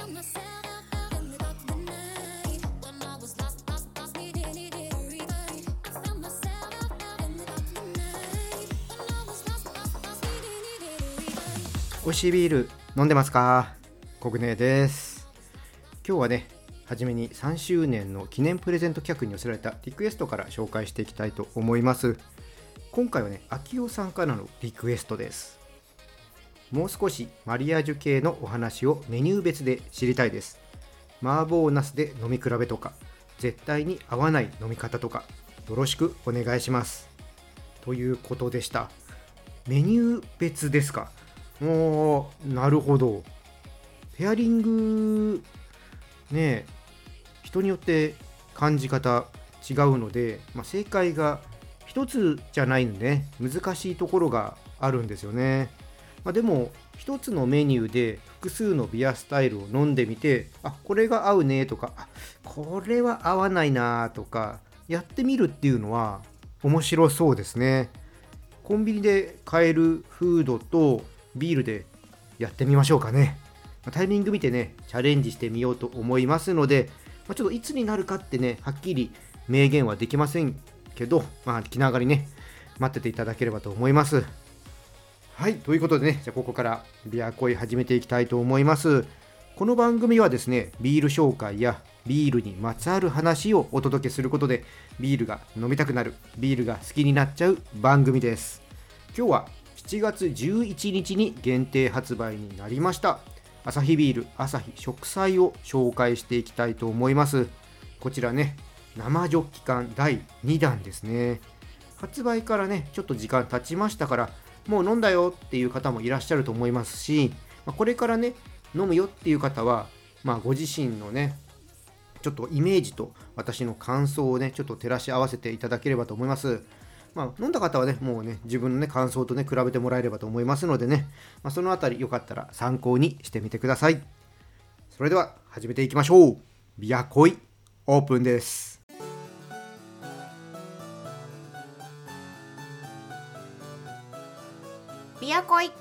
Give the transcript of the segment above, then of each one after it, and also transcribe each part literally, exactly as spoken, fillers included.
美味しいビール飲んでますか？コグネです。今日はね、はじめにさんしゅうねんの記念プレゼント企画に寄せられたリクエストから紹介していきたいと思います。今回はね、秋代さんからのリクエストです。もう少しマリアージュ系のお話をメニュー別で知りたいです。麻婆ナスで飲み比べとか、絶対に合わない飲み方とか、よろしくお願いします。ということでした。メニュー別ですか？おー、なるほど。ペアリングね、人によって感じ方違うので、まあ、正解が一つじゃないので、ね、難しいところがあるんですよね。まあ、でも一つのメニューで複数のビアスタイルを飲んでみて、あ、これが合うねとか、あ、これは合わないなとかやってみるっていうのは面白そうですね。コンビニで買えるフードとビールでやってみましょうかね。タイミング見てね、チャレンジしてみようと思いますので、まあ、ちょっといつになるかってね、はっきり明言はできませんけど、まあ、気長にね、待ってていただければと思います。はい、ということでね、じゃあここからビア恋始めていきたいと思います。この番組はですね、ビール紹介やビールにまつわる話をお届けすることで、ビールが飲みたくなる、ビールが好きになっちゃう番組です。今日はしちがつじゅういちにちに限定発売になりましたアサヒビールアサヒ食彩を紹介していきたいと思います。こちらね、生ジョッキ缶だいにだんですね。発売からね、ちょっと時間経ちましたから、もう飲んだよっていう方もいらっしゃると思いますし、これからね、飲むよっていう方は、まあ、ご自身のね、ちょっとイメージと私の感想をね、ちょっと照らし合わせていただければと思います。まあ、飲んだ方はね、もうね、自分のね、感想とね、比べてもらえればと思いますのでね、まあ、そのあたりよかったら参考にしてみてください。それでは始めていきましょう。ビア恋オープンです。 ビア恋。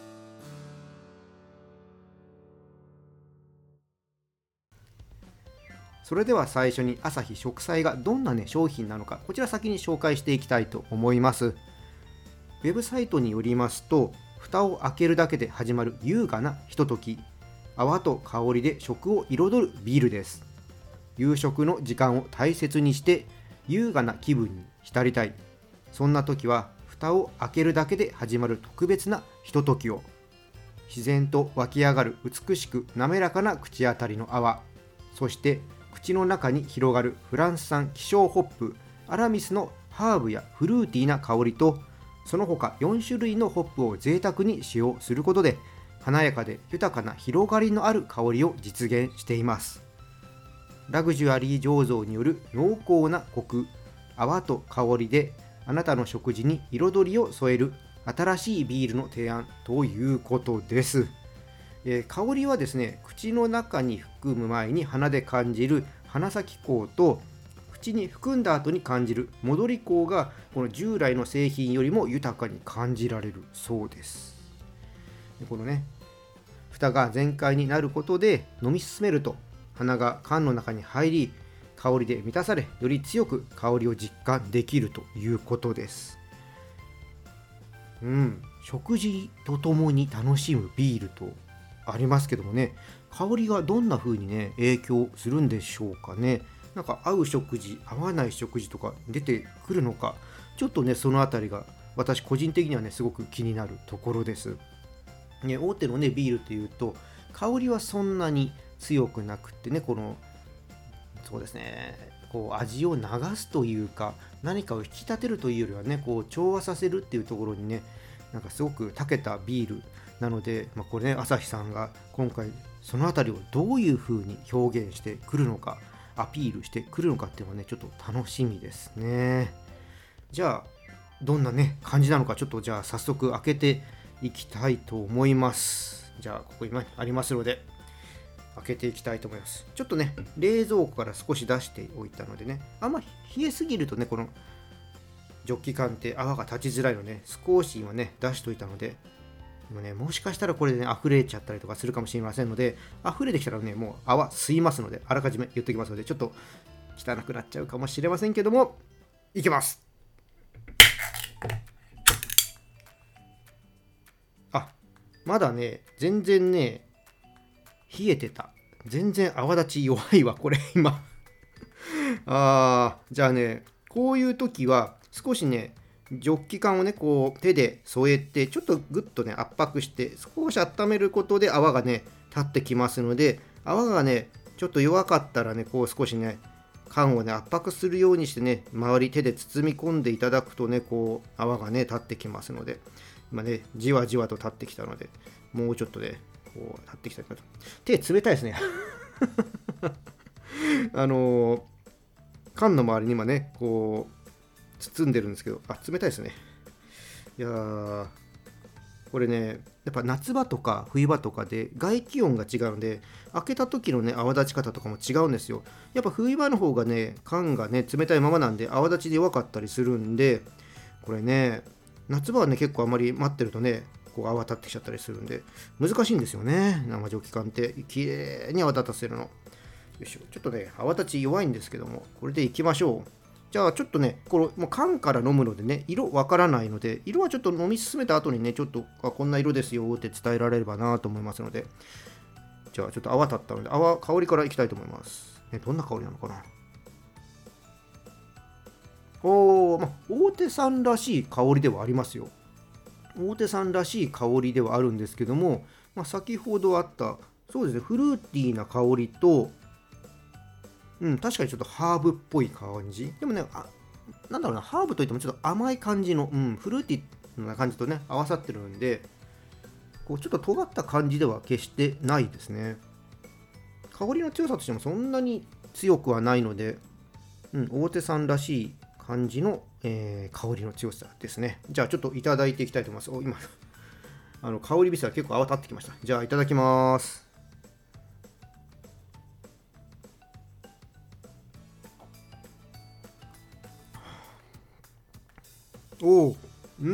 それでは最初にアサヒ食彩がどんな、ね、商品なのか、こちら先に紹介していきたいと思います。ウェブサイトによりますと、蓋を開けるだけで始まる優雅なひととき、泡と香りで食を彩るビールです。夕食の時間を大切にして優雅な気分に浸りたい。そんな時は蓋を開けるだけで始まる特別なひとときを。自然と湧き上がる美しく滑らかな口当たりの泡、そして口の中に広がるフランス産希少ホップアラミスのハーブやフルーティーな香りと、その他よんしゅるいのホップを贅沢に使用することで、華やかで豊かな広がりのある香りを実現しています。ラグジュアリー醸造による濃厚なコク、泡と香りであなたの食事に彩りを添える新しいビールの提案ということです。えー、香りはですね、口の中に含む前に鼻で感じる鼻先香と、口に含んだ後に感じる戻り香が、この従来の製品よりも豊かに感じられるそうです。でこのね、蓋が全開になることで飲み進めると、鼻が缶の中に入り、香りで満たされ、より強く香りを実感できるということです。うん、食事とともに楽しむビールとありますけどもね、香りがどんな風にね影響するんでしょうかね。なんか合う食事、合わない食事とか出てくるのか、ちょっとねそのあたりが私個人的にはねすごく気になるところです。ね、大手のねビールっていうと香りはそんなに強くなくってね、このそうですね、こう味を流すというか、何かを引き立てるというよりはね、こう調和させるっていうところにね、なんかすごく長けたビールなので、まあ、これね、アサヒさんが今回そのあたりをどういう風に表現してくるのか、アピールしてくるのかっていうのはね、ちょっと楽しみですね。じゃあどんなね感じなのか、ちょっとじゃあ早速開けていきたいと思います。じゃあここ今ありますので開けていきたいと思います。ちょっとね冷蔵庫から少し出しておいたのでね、あんま冷えすぎるとね、このジョッキ缶って泡が立ちづらいので、少し今ね出しといたので、 もうね、もしかしたらこれでね、溢れちゃったりとかするかもしれませんので、溢れてきたらね、もう泡吸いますので、あらかじめ言っておきますので、ちょっと汚くなっちゃうかもしれませんけども、いきます。あ、まだね、全然ね、冷えてた。全然泡立ち弱いわ、これ、今。あー、じゃあね、こういう時は、少しね、ジョッキ缶をね、こう手で添えて、ちょっとグッとね、圧迫して、少し温めることで泡がね、立ってきますので、泡がね、ちょっと弱かったらね、こう少しね、缶をね、圧迫するようにしてね、周り手で包み込んでいただくとね、こう、泡がね、立ってきますので、今ね、じわじわと立ってきたので、もうちょっとね、こう、立ってきたかと。手冷たいですね。あのー、缶の周りに今ね、こう、包んでるんですけど、あ、冷たいですね。いやー、これね、やっぱ夏場とか冬場とかで外気温が違うので、開けた時のね、泡立ち方とかも違うんですよ。やっぱ冬場の方がね、缶がね、冷たいままなんで、泡立ちで弱かったりするんで、これね、夏場はね、結構あまり待ってるとね、こう泡立ってきちゃったりするんで、難しいんですよね、生蒸気缶って。きれいに泡立たせるの。よいしょ、ちょっとね、泡立ち弱いんですけども、これでいきましょう。じゃあちょっとね、これもう缶から飲むのでね、色わからないので、色はちょっと飲み進めた後にね、ちょっとあこんな色ですよって伝えられればなと思いますので、じゃあちょっと泡立ったので、泡、香りからいきたいと思います。ね、どんな香りなのかな。おー、まあ、大手さんらしい香りではありますよ。大手さんらしい香りではあるんですけども、まあ、先ほどあった、そうですね、フルーティーな香りと、うん、確かにちょっとハーブっぽい感じ。でもね、あ、なんだろうな、ハーブといってもちょっと甘い感じの、うん、フルーティーな感じとね、合わさってるんで、こうちょっと尖った感じでは決してないですね。香りの強さとしてもそんなに強くはないので、うん、大手さんらしい感じの、えー香りの強さですね。じゃあちょっといただいていきたいと思います。お、今、あの香りビスは結構泡立ってきました。じゃあいただきます。おお、うん。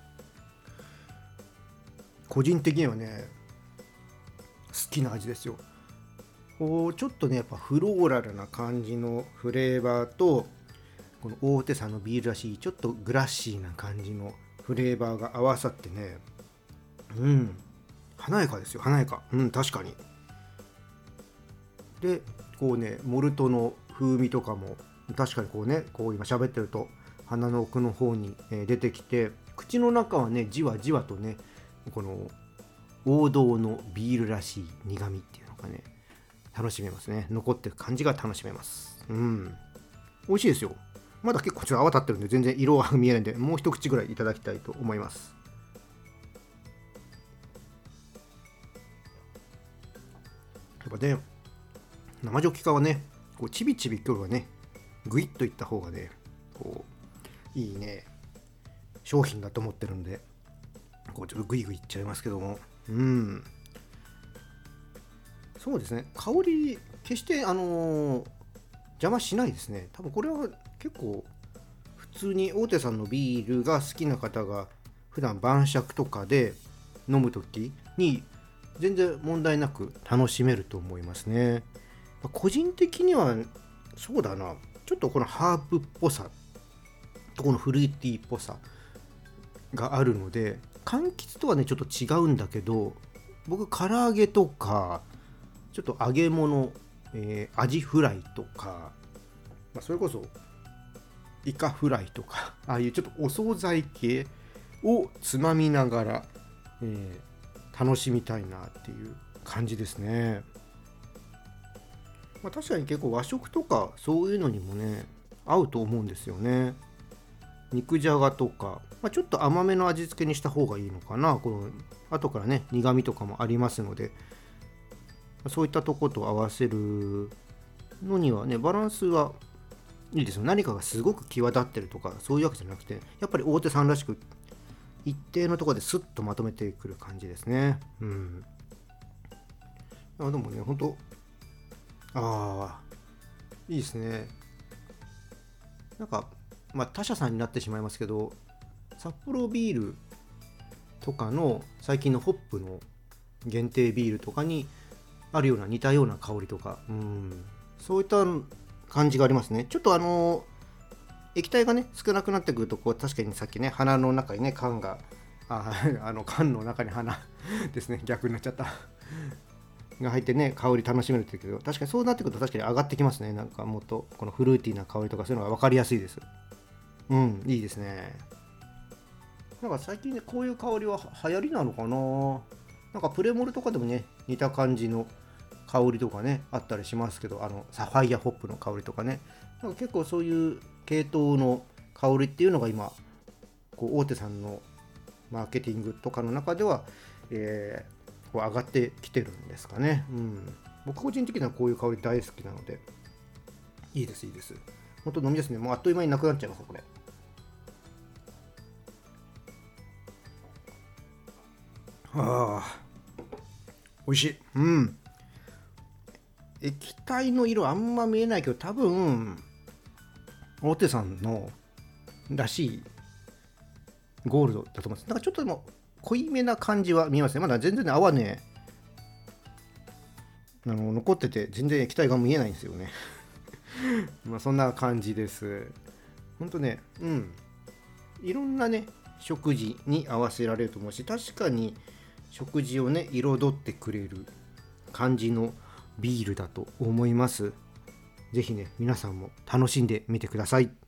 個人的にはね、好きな味ですよ。こうちょっとね、やっぱフローラルな感じのフレーバーと、この大手さんのビールらしいちょっとグラッシーな感じのフレーバーが合わさってね、うん、華やかですよ、華やか。うん、確かに。で、こうね、モルトの風味とかも、確かにこうね、こう今喋ってると、鼻の奥の方に出てきて、口の中はね、じわじわとね、この王道のビールらしい苦味っていうのがね、楽しめますね。残ってる感じが楽しめます。うん。美味しいですよ。まだ結構ちょっと泡立ってるんで、全然色は見えないんで、もう一口ぐらいいただきたいと思います。やっぱね、生ジョッキ缶はね、こうちびちび今日はね、グイッといった方がね、こう、いいね、商品だと思ってるんで、こうちょっとグイグイいっちゃいますけども、うん。そうですね、香り、決してあのー邪魔しないですね。多分これは結構、普通に大手さんのビールが好きな方が、普段晩酌とかで飲むときに、全然問題なく楽しめると思いますね。個人的には、そうだな、ちょっとこのハーブっぽさとこのフルーティーっぽさがあるので、柑橘とはね、ちょっと違うんだけど、僕、唐揚げとか、ちょっと揚げ物、えー、アジフライとか、まあ、それこそイカフライとか、ああいうちょっとお惣菜系をつまみながら、えー、楽しみたいなっていう感じですね。まあ、確かに結構和食とかそういうのにもね、合うと思うんですよね。肉じゃがとか、まあ、ちょっと甘めの味付けにした方がいいのかな。この後からね、苦味とかもありますので、そういったとこと合わせるのにはね、バランスはいいですよ。何かがすごく際立ってるとか、そういうわけじゃなくて、やっぱり大手さんらしく、一定のところでスッとまとめてくる感じですね。うん。あ、でもね、ほんと、ああ、いいですね。なんか、まあ、他社さんになってしまいますけど、札幌ビールとかの最近のホップの限定ビールとかにあるような似たような香りとか、うん、そういった感じがありますね。ちょっとあの液体がね少なくなってくるとこう確かにさっきね鼻の中にね缶がああの缶の中に花ですね逆になっちゃったが入ってね香り楽しめるって言うけど、確かにそうなってくると確かに上がってきますね。なんかもっとこのフルーティーな香りとかそういうのが分かりやすいです。うん、いいですね。なんか最近ねこういう香りは流行りなのかな。なんかプレモルとかでもね似た感じの香りとかねあったりしますけど、あのサファイアホップの香りとかね、なんか結構そういう系統の香りっていうのが今こう大手さんのマーケティングとかの中では、えーこう上がってきてるんですかね。うん、僕個人的にはこういう香り大好きなのでいいですいいです。本当飲みやすいね。もうあっという間になくなっちゃいますこれ。はあ、美味しい。うん。液体の色あんま見えないけど、多分大手さんのらしいゴールドだと思います。なんかちょっとでも濃いめな感じは見えますね。まだ全然ね泡ねあの残ってて全然液体が見えないんですよねまあそんな感じです。ほんとね、うんいろんなね食事に合わせられると思うし、確かに食事をね彩ってくれる感じのビールだと思います。ぜひね皆さんも楽しんでみてください。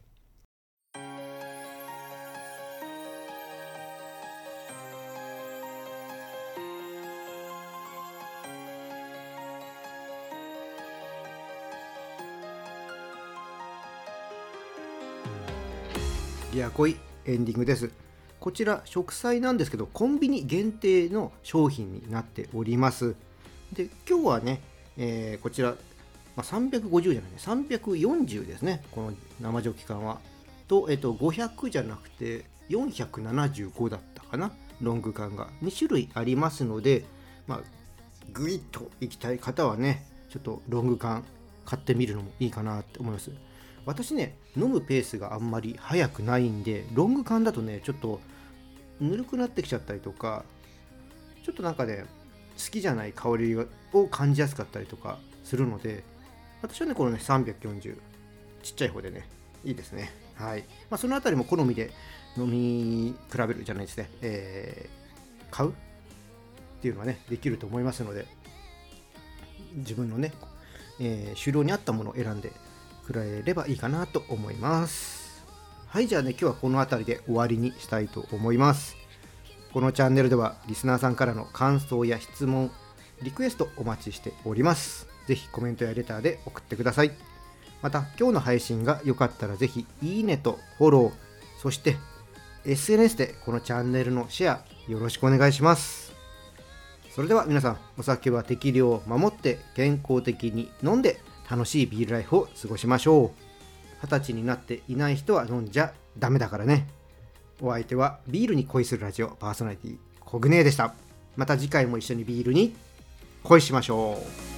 いや濃いエンディングです。こちら食材なんですけどコンビニ限定の商品になっております。で今日はね、えーこちら、まあ、さんびゃくごじゅうじゃないねさんびゃくよんじゅうですね、この生ジョッキ缶はと、えっと、ごひゃくじゃなくてよんひゃくななじゅうごだったかな、ロング缶がに種類ありますので、まあグイッといきたい方はねちょっとロング缶買ってみるのもいいかなって思います。私ね飲むペースがあんまり速くないんで、ロング缶だとねちょっとぬるくなってきちゃったりとか、ちょっとなんかね好きじゃない香りを感じやすかったりとかするので、私はねこのねさんびゃくよんじゅうちっちゃい方でねいいですね。はい、まあ、そのあたりも好みで飲み比べるじゃないですね、えー、買うっていうのはねできると思いますので、自分のね、えー、狩猟に合ったものを選んでくらえればいいかなと思います。はい、じゃあね今日はこの辺りで終わりにしたいと思います。このチャンネルではリスナーさんからの感想や質問、リクエストお待ちしております。ぜひコメントやレターで送ってください。また今日の配信が良かったらぜひいいねとフォロー、そして エスエヌエス でこのチャンネルのシェアよろしくお願いします。それでは皆さん、お酒は適量を守って健康的に飲んで楽しいビールライフを過ごしましょう。二十歳になっていない人は飲んじゃダメだからね。お相手はビールに恋するラジオパーソナリティコグネーでした。また次回も一緒にビールに恋しましょう。